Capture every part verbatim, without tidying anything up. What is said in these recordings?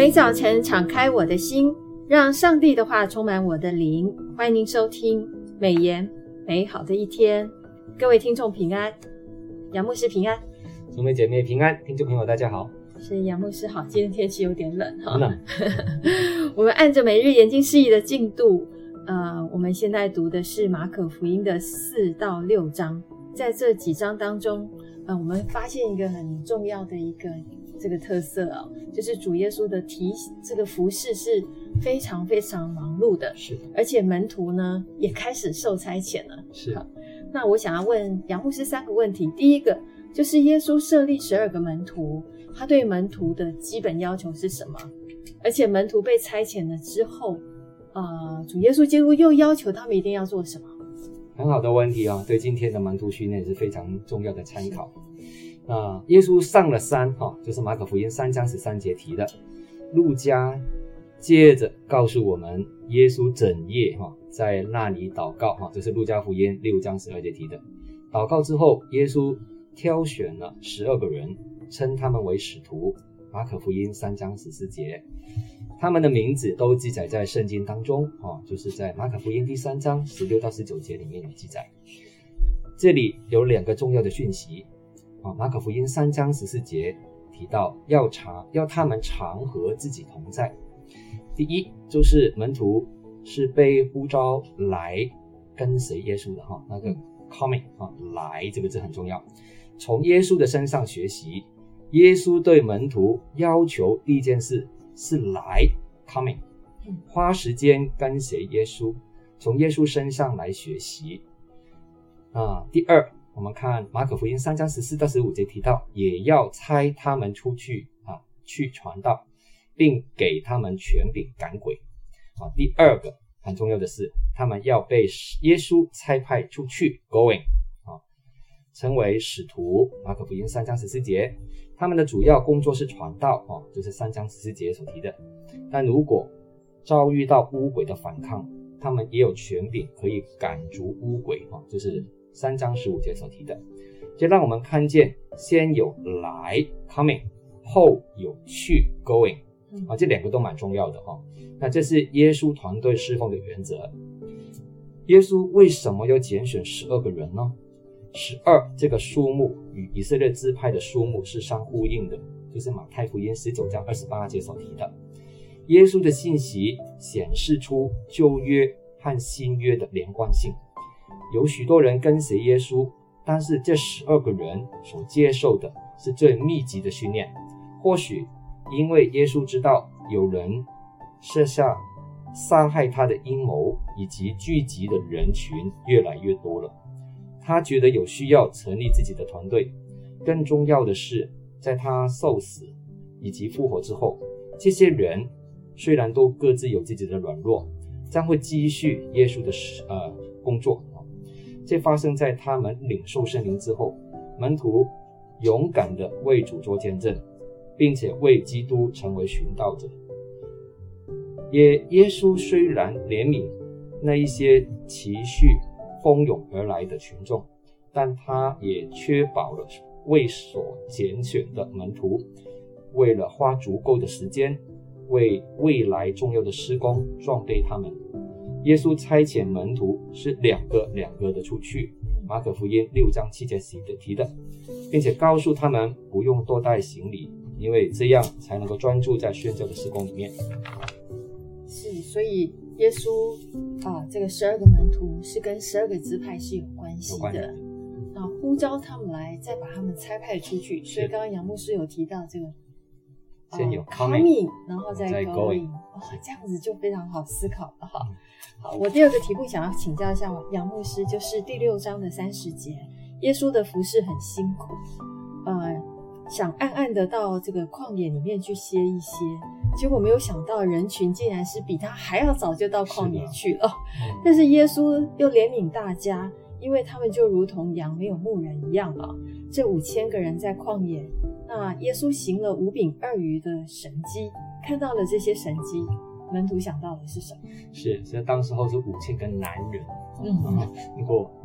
每早晨敞开我的心，让上帝的话充满我的灵。欢迎您收听美言美好的一天。各位听众平安，杨牧师平安， 兄妹姐妹平安，听众朋友大家好。 是杨牧师好，今天天气有点冷哈。 冷。 我们按着每日研经释义的进度，呃，我们现在读的是马可福音的四到六章。在这几章当中，呃，我们发现一个很重要的一个这个特色哦，就是主耶稣的提这个服事是非常非常忙碌的， 是， 而且门徒呢也开始受差遣了。 是。 那我想要问杨牧师三个问题。第一个就是耶稣设立十二个门徒，他对门徒的基本要求是什么？而且门徒被差遣了之后，呃，主耶稣基督又要求他们一定要做什么？ 很好的问题啊，对今天的门徒训练是非常重要的参考。那耶稣上了山哈，就是马可福音三章十三节提的。路加接着告诉我们，耶稣整夜哈在那里祷告哈，这是路加福音六章十二节提的。祷告之后，耶稣挑选了十二个人，称他们为使徒。马可福音三章十四节，他们的名字都记载在圣经当中啊，就是在马可福音第三章十六到十九节里面有记载。这里有两个重要的讯息啊，马可福音三章十四节提到要常要他们常和自己同在。第一，就是门徒是被呼召来跟随耶稣的哈，那个 coming 啊，来这个字很重要，从耶稣的身上学习。耶稣对门徒要求第一件事是来 coming， 花时间跟随耶稣，从耶稣身上来学习啊。第二，我们看马可福音三章十四到十五节提到，也要差他们出去啊，去传道，并给他们权柄赶鬼啊。第二个很重要的是，他们要被耶稣差派出去 going 啊，成为使徒。马可福音三章十四节。他们的主要工作是传道、哦、就是三章十四节所提的。但如果遭遇到污鬼的反抗，他们也有权柄可以赶逐污鬼、哦、就是三章十五节所提的。就让我们看见先有来 coming， 后有去 going、啊、这两个都蛮重要的、哦、那这是耶稣团队侍奉的原则。耶稣为什么要拣选十二个人呢？十二这个数目与以色列支派的数目是相呼应的，就是马太福音十九章二十八节所提的。耶稣的信息显示出旧约和新约的连贯性。有许多人跟随耶稣，但是这十二个人所接受的是最密集的训练。或许因为耶稣知道有人设下杀害他的阴谋，以及聚集的人群越来越多了，他觉得有需要成立自己的团队。更重要的是，在他受死以及复活之后，这些人虽然都各自有自己的软弱，将会继续耶稣的呃工作。这发生在他们领受圣灵之后，门徒勇敢地为主做见证，并且为基督成为殉道者。也耶稣虽然怜悯那一些期续蜂拥而来的群众，但他也确保了为所拣选的门徒，为了花足够的时间为未来重要的施工装备他们。耶稣差遣门徒是两个两个的出去，马可福音六章七节提的，并且告诉他们不用多带行李，因为这样才能够专注在宣教的施工里面。 是，所以耶稣啊，这个十二个门徒是跟十二个支派是有关系的，那呼召他们来，再把他们差派出去。所以刚刚杨牧师有提到这个， 先有 coming， 然后再 going，, going 哦，这样子就非常好思考了哈。好，我第二个题目想要请教一下杨牧师，就是第六章的三十节，耶稣的服事很辛苦，呃，想暗暗的到这个旷野里面去歇一歇。结果没有想到人群竟然是比他还要早就到旷野去了，是但是耶稣又怜悯大家，因为他们就如同羊没有牧人一样啊。这五千个人在旷野，那耶稣行了五饼二鱼的神迹，看到了这些神迹，门徒想到的是什么？ 是，所以当时候是五千个男人， 嗯， 如果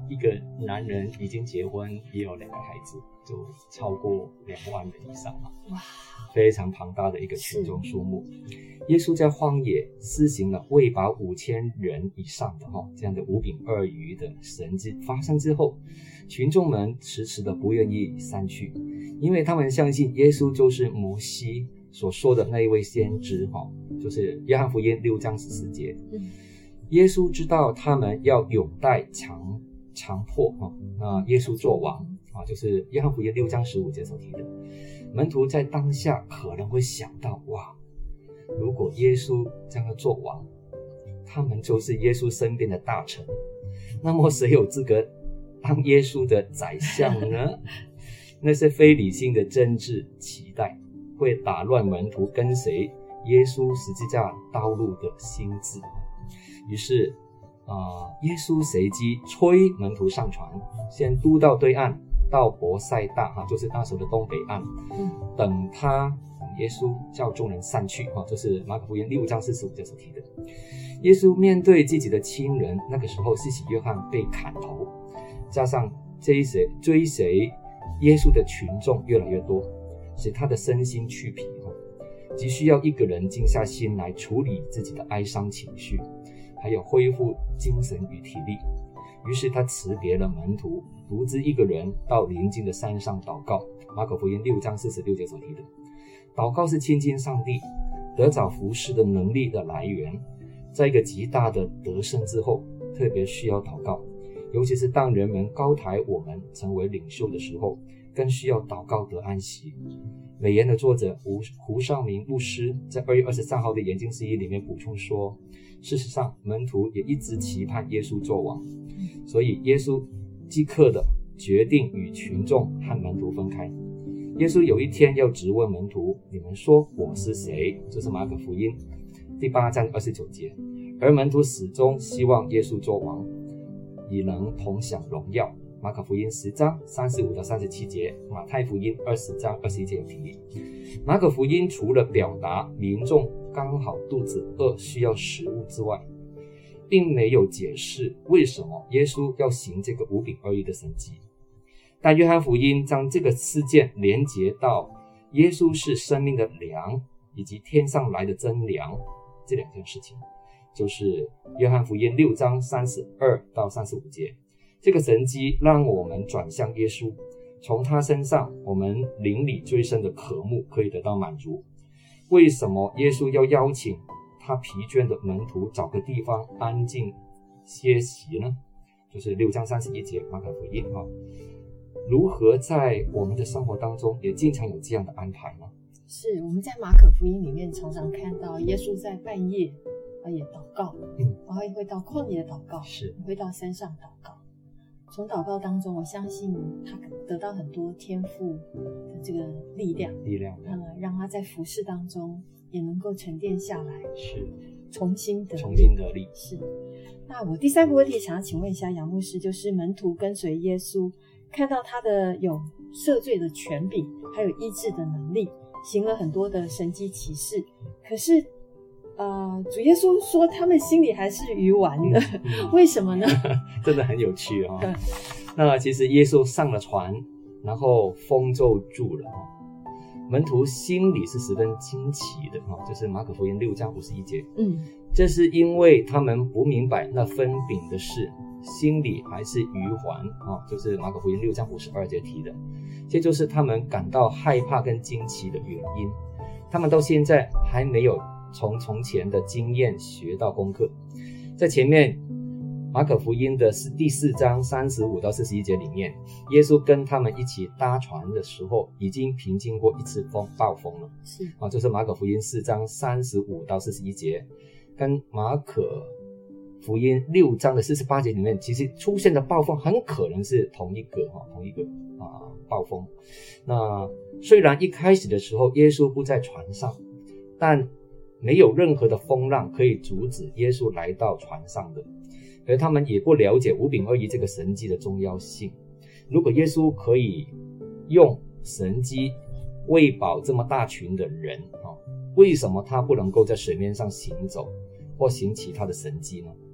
一个男人已经结婚，也有两个孩子，就超过两万人以上嘛，哇，非常庞大的一个群众数目。耶稣在荒野施行了喂饱五千人以上的哈这样的五饼二鱼的神迹发生之后，群众们迟迟的不愿意散去，因为他们相信耶稣就是摩西所说的那一位先知哈，就是约翰福音六章十四节。嗯，耶稣知道他们要拥戴强强迫哈，那耶稣做王啊，就是约翰福音六章十五节所提的。门徒在当下可能会想到，哇，如果耶稣这样做王，他们就是耶稣身边的大臣，那么谁有资格当耶稣的宰相呢？那些非理性的政治期待会打乱门徒跟随耶稣十字架道路的心智。于是呃，耶稣随即催门徒上船，先渡到对岸，到伯赛大哈，就是那时候的东北岸，嗯，等他耶稣叫众人散去哈，这是马可福音六章四十五节所提的。耶稣面对自己的亲人，那个时候施洗约翰被砍头，加上追随追随耶稣的群众越来越多，使他的身心俱疲，急需要一个人静下心来处理自己的哀伤情绪，还有恢复精神与体力。于是他辞别了门徒，独自一个人到邻近的山上祷告。马可福音六章四十六节所提的，祷告是亲近上帝，得着服事的能力的来源。在一个极大的得胜之后，特别需要祷告，尤其是当人们高抬我们成为领袖的时候，更需要祷告得安息。美言的作者胡胡绍明牧师在二月二十三号的研经释义里面补充说，事实上门徒也一直期盼耶稣做王，所以耶稣即刻的决定与群众和门徒分开。耶稣有一天要质问门徒，你们说我是谁？这是马可福音第八章二十九节。而门徒始终希望耶稣做王，以能同享荣耀。马可福音十章三十五到三十七节，马太福音二十章二十一节有提。马可福音除了表达民众刚好肚子饿需要食物之外，并没有解释为什么耶稣要行这个五饼二鱼的神迹。但约翰福音将这个事件连结到耶稣是生命的粮以及天上来的真粮这两件事情，就是约翰福音六章三十二到三十五节。这个神迹让我们转向耶稣，从他身上我们灵里最深的渴慕可以得到满足。为什么耶稣要邀请他疲倦的门徒找个地方安静歇息呢？就是六章三十一节马可福音啊。如何在我们的生活当中也经常有这样的安排呢？ 是我们在马可福音里面常常看到耶稣在半夜也祷告，嗯，然后也会到旷野祷告，是会到山上祷告。从祷告当中，我相信他得到很多天父的这个力量， 力量， 嗯，让他在服事当中也能够沉淀下来， 是重新得力， 重新得力。 是。那我第三个问题想要请问一下杨牧师，就是门徒跟随耶稣，看到他的有赦罪的权柄，还有医治的能力，行了很多的神迹奇事，可是呃，主耶稣说他们心里还是愚顽的，嗯嗯、为什么呢？ 真的很有趣哦。那其实耶稣上了船，然后风就住了，门徒心里是十分惊奇的，就是马可福音六章五十一节。嗯，这是因为他们不明白那分饼的事，心里还是愚顽，就是马可福音六章五十二节提的。这就是他们感到害怕跟惊奇的原因。他们到现在还没有从从前的经验学到功课。在前面马可福音的第四章三十五到四十一节里面，耶稣跟他们一起搭船的时候已经平静过一次风暴风了，是啊，就是马可福音四章三十五到四十一节，跟马可福音六章的四十八节里面其实出现的暴风很可能是同一个同一个啊暴风。那虽然一开始的时候耶稣不在船上，但没有任何的风浪可以阻止耶稣来到船上的，而他们也不了解五饼二鱼这个神迹的重要性。如果耶稣可以用神迹喂饱这么大群的人，为什么他不能够在水面上行走或行其他的神迹呢？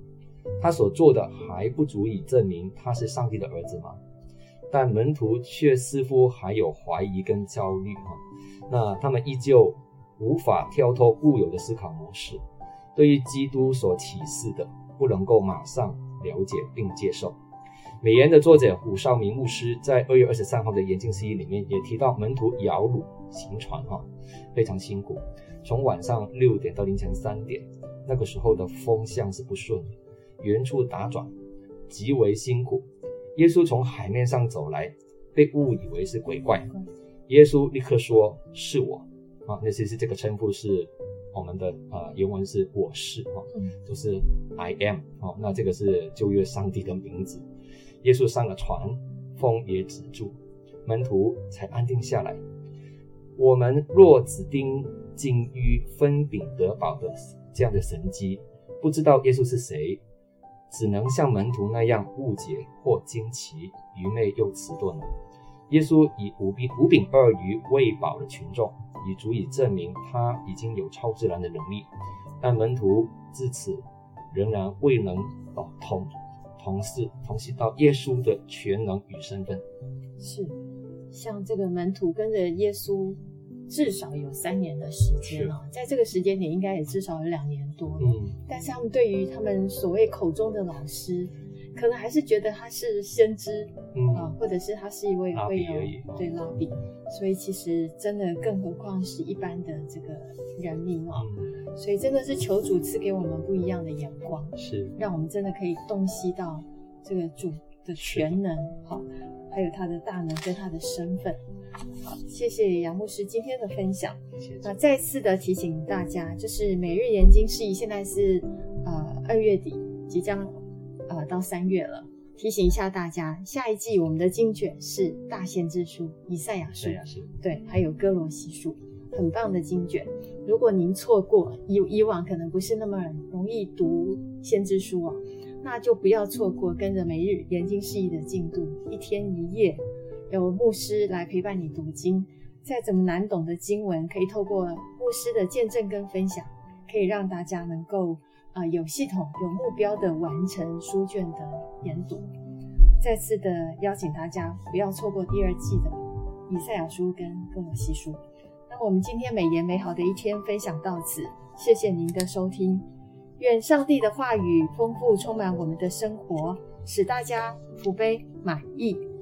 他所做的还不足以证明他是上帝的儿子吗？但门徒却似乎还有怀疑跟焦虑、啊、那他们依旧无法跳脱固有的思考模式，对于基督所启示的不能够马上了解并接受。美言的作者胡绍明牧师在二月二十三号的研经释义里面也提到，门徒摇橹行船、啊、非常辛苦，从晚上六点到凌晨三点，那个时候的风向是不顺，远处打转，极为辛苦。耶稣从海面上走来，被误以为是鬼怪，耶稣立刻说是我啊，那其实这个称呼是我们的呃原文是我是啊，就是 I am 啊，那这个是旧约上帝的名字。耶稣上了船，风也止住，门徒才安定下来。我们若只盯近于分饼得饱的这样的神迹，不知道耶稣是谁，只能像门徒那样误解或惊奇，愚昧又迟钝。耶稣以五饼五饼二鱼喂饱了群众，已足以证明他已经有超自然的能力，但门徒至此仍然未能哦同同视同悉到耶稣的全能与身份。 是，像这个门徒跟着耶稣至少有三年的时间啊，在这个时间点应该也至少有两年多了。嗯，但是他们对于他们所谓口中的老师，可能还是觉得他是先知，嗯啊，或者是他是一位会有对拉比，所以其实真的更何况是一般的这个人民啊、嗯，所以真的是求主赐给我们不一样的眼光，是让我们真的可以洞悉到这个主的全能，好，还有他的大能跟他的身份。好，谢谢杨牧师今天的分享。谢谢。那再次的提醒大家，就是每日研经释义现在是呃二月底，即将呃到三月了。提醒一下大家，下一季我们的经卷是大先知书、以赛亚书，对，还有歌罗西书，很棒的经卷。如果您错过，以以往可能不是那么容易读先知书哦，那就不要错过跟着每日研经释义的进度，一天一夜。有牧师来陪伴你读经，再怎么难懂的经文，可以透过牧师的见证跟分享，可以让大家能够、呃、有系统有目标的完成书卷的研读。再次的邀请大家不要错过第二季的以赛亚书跟歌罗西书。那我们今天美言美好的一天分享到此，谢谢您的收听。愿上帝的话语丰富充满我们的生活，使大家福杯满溢。